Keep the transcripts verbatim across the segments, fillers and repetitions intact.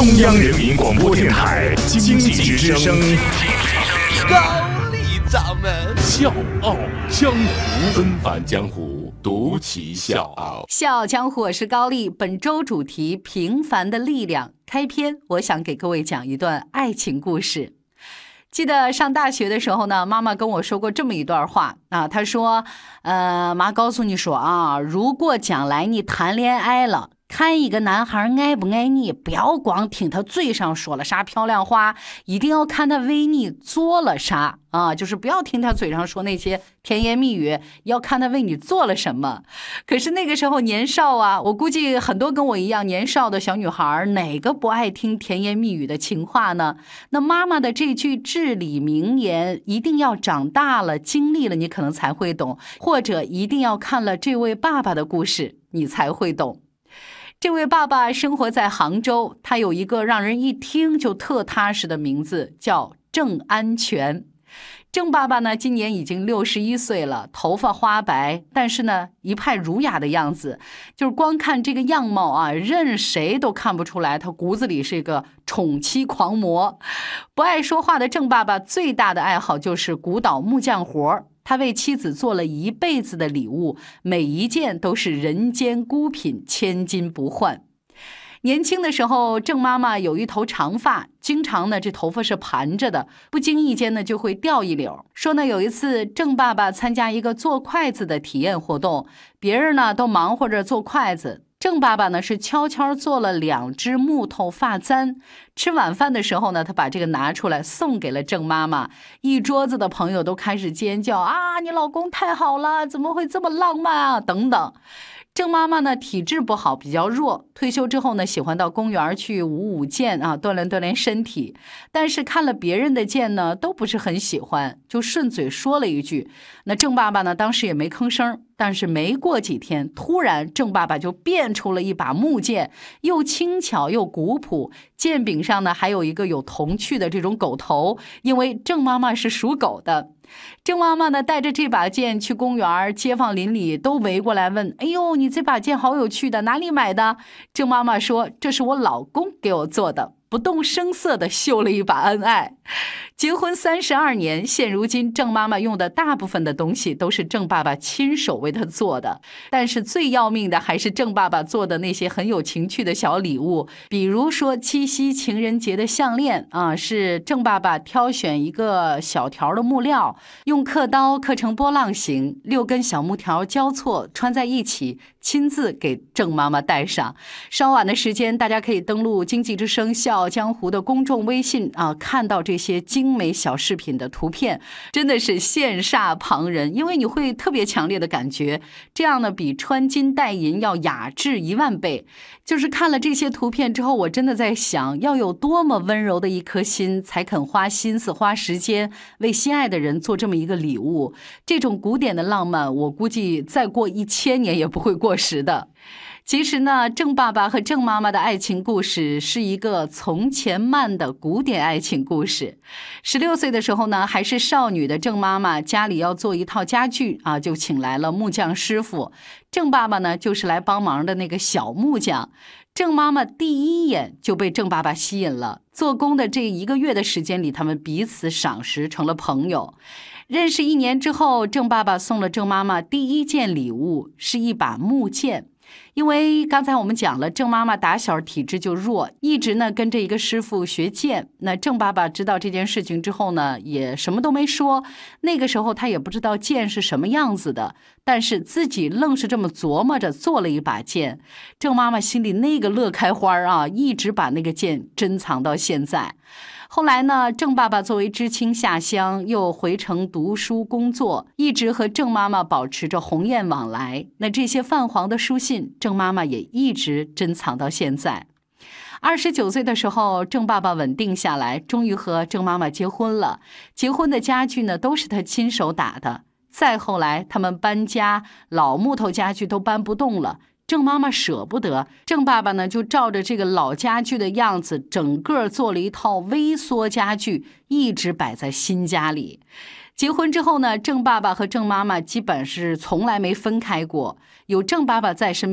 央人民广播电台经济之声， 高丽掌门笑傲江湖，纷繁江湖，独骑笑傲。 笑傲江湖，我是高丽。本周主题平凡的力量。开篇，我想给各位讲一段爱情故事。记得上大学的时候呢，妈妈跟我说过这么一段话啊，她说，呃，妈告诉你说啊，如果将来你谈恋爱了，看一个男孩爱不爱你，不要光听他嘴上说了啥漂亮话，一定要看他为你做了啥啊！就是不要听他嘴上说那些甜言蜜语，要看他为你做了什么。可是那个时候年少啊，我估计很多跟我一样年少的小女孩，哪个不爱听甜言蜜语的情话呢？那妈妈的这句至理名言，一定要长大了经历了你可能才会懂，或者一定要看了这位爸爸的故事你才会懂。这位爸爸生活在杭州，他有一个让人一听就特踏实的名字，叫郑安全。郑爸爸呢，今年已经六十一岁了，头发花白，但是呢，一派儒雅的样子，就是光看这个样貌啊，任谁都看不出来他骨子里是一个宠妻狂魔。不爱说话的郑爸爸最大的爱好就是鼓捣木匠活，他为妻子做了一辈子的礼物，每一件都是人间孤品，千金不换。年轻的时候，郑妈妈有一头长发，经常呢这头发是盘着的，不经意间呢就会掉一绺。说呢有一次郑爸爸参加一个做筷子的体验活动，别人呢都忙活着做筷子，郑爸爸呢是悄悄做了两只木头发簪。吃晚饭的时候呢，他把这个拿出来送给了郑妈妈，一桌子的朋友都开始尖叫啊，你老公太好了，怎么会这么浪漫啊等等。郑妈妈呢体质不好，比较弱，退休之后呢喜欢到公园去舞舞剑啊，锻炼锻炼身体。但是看了别人的剑呢都不是很喜欢，就顺嘴说了一句。那郑爸爸呢当时也没吭声，但是没过几天，突然郑爸爸就变出了一把木剑，又轻巧又古朴，剑柄上呢还有一个有童趣的这种狗头，因为郑妈妈是属狗的。郑妈妈呢带着这把剑去公园，街坊邻里都围过来问，哎呦，你这把剑好有趣的，哪里买的？郑妈妈说，这是我老公给我做的，不动声色地秀了一把恩爱。结婚三十二年，现如今郑妈妈用的大部分的东西都是郑爸爸亲手为她做的，但是最要命的还是郑爸爸做的那些很有情趣的小礼物，比如说七夕情人节的项链啊，是郑爸爸挑选一个小条的木料，用刻刀刻成波浪形，六根小木条交错穿在一起，亲自给郑妈妈戴上。稍晚的时间，大家可以登录经济之声笑傲江湖的公众微信啊，看到这些精美小饰品的图片，真的是羡煞旁人，因为你会特别强烈的感觉，这样呢比穿金戴银要雅致一万倍。就是看了这些图片之后，我真的在想，要有多么温柔的一颗心，才肯花心思花时间为心爱的人做这么一个礼物。这种古典的浪漫，我估计再过一千年也不会过时的。其实呢，郑爸爸和郑妈妈的爱情故事是一个从前慢的古典爱情故事。十六岁的时候呢，还是少女的郑妈妈家里要做一套家具啊，就请来了木匠师傅。郑爸爸呢，就是来帮忙的那个小木匠。郑妈妈第一眼就被郑爸爸吸引了，做工的这一个月的时间里，他们彼此赏识，成了朋友。认识一年之后，郑爸爸送了郑妈妈第一件礼物，是一把木剑。因为刚才我们讲了，郑妈妈打小体质就弱，一直呢跟着一个师傅学剑。那郑爸爸知道这件事情之后呢，也什么都没说。那个时候他也不知道剑是什么样子的，但是自己愣是这么琢磨着做了一把剑。郑妈妈心里那个乐开花啊，一直把那个剑珍藏到现在。后来呢，郑爸爸作为知青下乡，又回城读书工作，一直和郑妈妈保持着鸿雁往来。那这些泛黄的书信，郑妈妈也一直珍藏到现在。二十九岁的时候，郑爸爸稳定下来，终于和郑妈妈结婚了。结婚的家具呢，都是他亲手打的。再后来，他们搬家，老木头家具都搬不动了。郑妈妈舍不得，郑爸爸呢就照着这个老家具的样子，整个做了一套微缩家具，一直摆在新家里。结婚之后呢，郑爸爸和郑妈妈基本是从来没分开过，有郑爸爸在身边，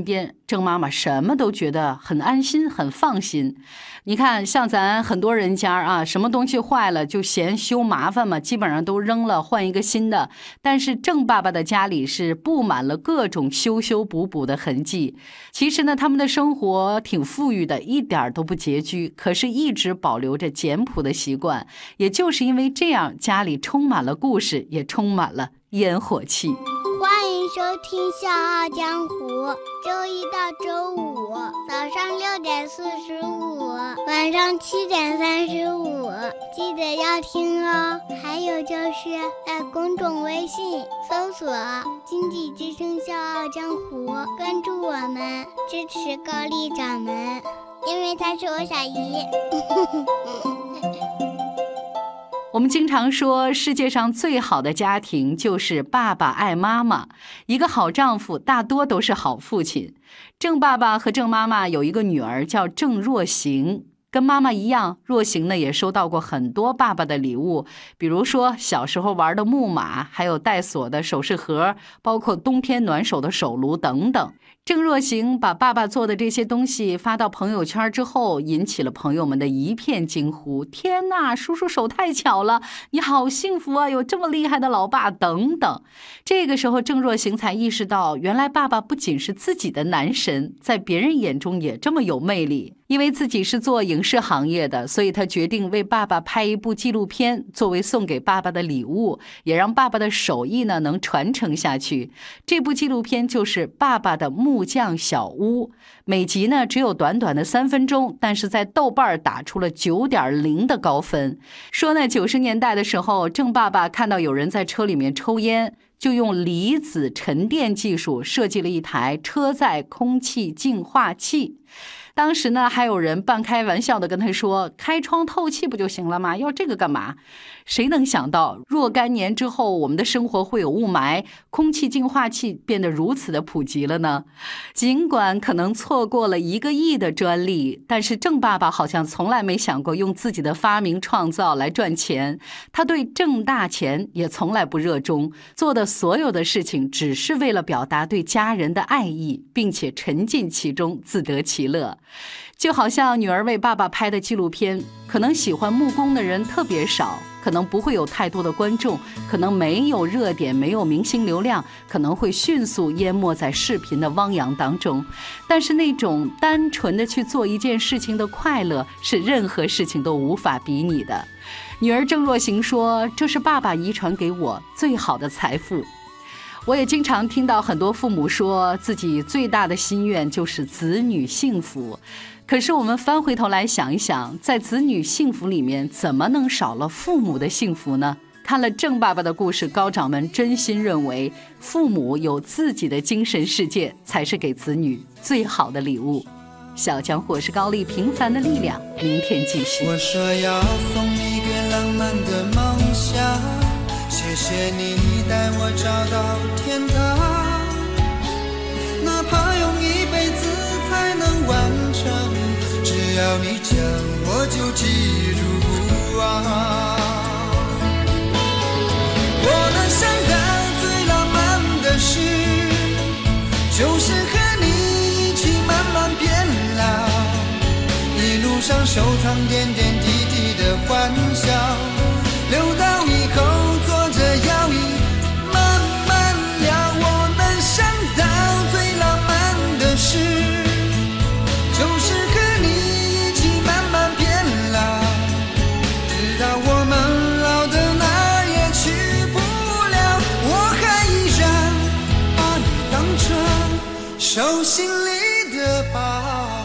郑妈妈什么都觉得很安心很放心。你看像咱很多人家啊，什么东西坏了就嫌修麻烦嘛，基本上都扔了换一个新的。但是郑爸爸的家里是布满了各种修修补补的痕迹。其实呢，他们的生活挺富裕的，一点都不拮据，可是一直保留着简朴的习惯。也就是因为这样，家里充满了故事，也充满了烟火气。 欢迎收听《笑傲江湖》，周一到周五早上六点四十五，晚上七点三十五，记得要听哦。还有就是在公众微信搜索“经济之声笑傲江湖”，关注我们，支持高丽掌门，因为她是我小姨。 我们经常说，世界上最好的家庭就是爸爸爱妈妈，一个好丈夫大多都是好父亲。郑爸爸和郑妈妈有一个女儿叫郑若行，跟妈妈一样，若行呢也收到过很多爸爸的礼物，比如说小时候玩的木马，还有带锁的首饰盒，包括冬天暖手的手炉等等。郑若行把爸爸做的这些东西发到朋友圈之后，引起了朋友们的一片惊呼，天哪，叔叔手太巧了，你好幸福啊，有这么厉害的老爸等等。这个时候郑若行才意识到，原来爸爸不仅是自己的男神，在别人眼中也这么有魅力。因为自己是做影视行业的，所以他决定为爸爸拍一部纪录片，作为送给爸爸的礼物，也让爸爸的手艺呢能传承下去。这部纪录片就是《爸爸的木匠小屋》，每集呢只有短短的三分钟，但是在豆瓣打出了 九点零 的高分。说呢九十年代的时候，郑爸爸看到有人在车里面抽烟，就用离子沉淀技术设计了一台车载空气净化器。当时呢，还有人半开玩笑的跟他说，开窗透气不就行了吗？要这个干嘛？谁能想到若干年之后，我们的生活会有雾霾，空气净化器变得如此的普及了呢？尽管可能错过了一个亿的专利，但是郑爸爸好像从来没想过用自己的发明创造来赚钱。他对挣大钱也从来不热衷，做的所有的事情只是为了表达对家人的爱意，并且沉浸其中，自得其乐。就好像女儿为爸爸拍的纪录片，可能喜欢木工的人特别少，可能不会有太多的观众，可能没有热点，没有明星流量，可能会迅速淹没在视频的汪洋当中。但是那种单纯的去做一件事情的快乐，是任何事情都无法比拟的。女儿郑若行说，这是爸爸遗传给我最好的财富。我也经常听到很多父母说，自己最大的心愿就是子女幸福。可是我们翻回头来想一想，在子女幸福里面，怎么能少了父母的幸福呢？看了郑爸爸的故事，高掌门真心认为，父母有自己的精神世界，才是给子女最好的礼物。小江湖是高丽，平凡的力量，明天继续。 我说要送你个浪漫的梦想，谢谢你带我找到天堂，哪怕用一辈子才能完成，只要你讲我就记住不忘。我能想到最浪漫的事，就是和你一起慢慢变老，一路上收藏点点滴滴的欢笑，留到以后坐着摇椅慢慢聊。我能想到最浪漫的事，就是和你一起慢慢变老，直到我们老的哪儿也去不了，我还依然把你当成手心里的宝。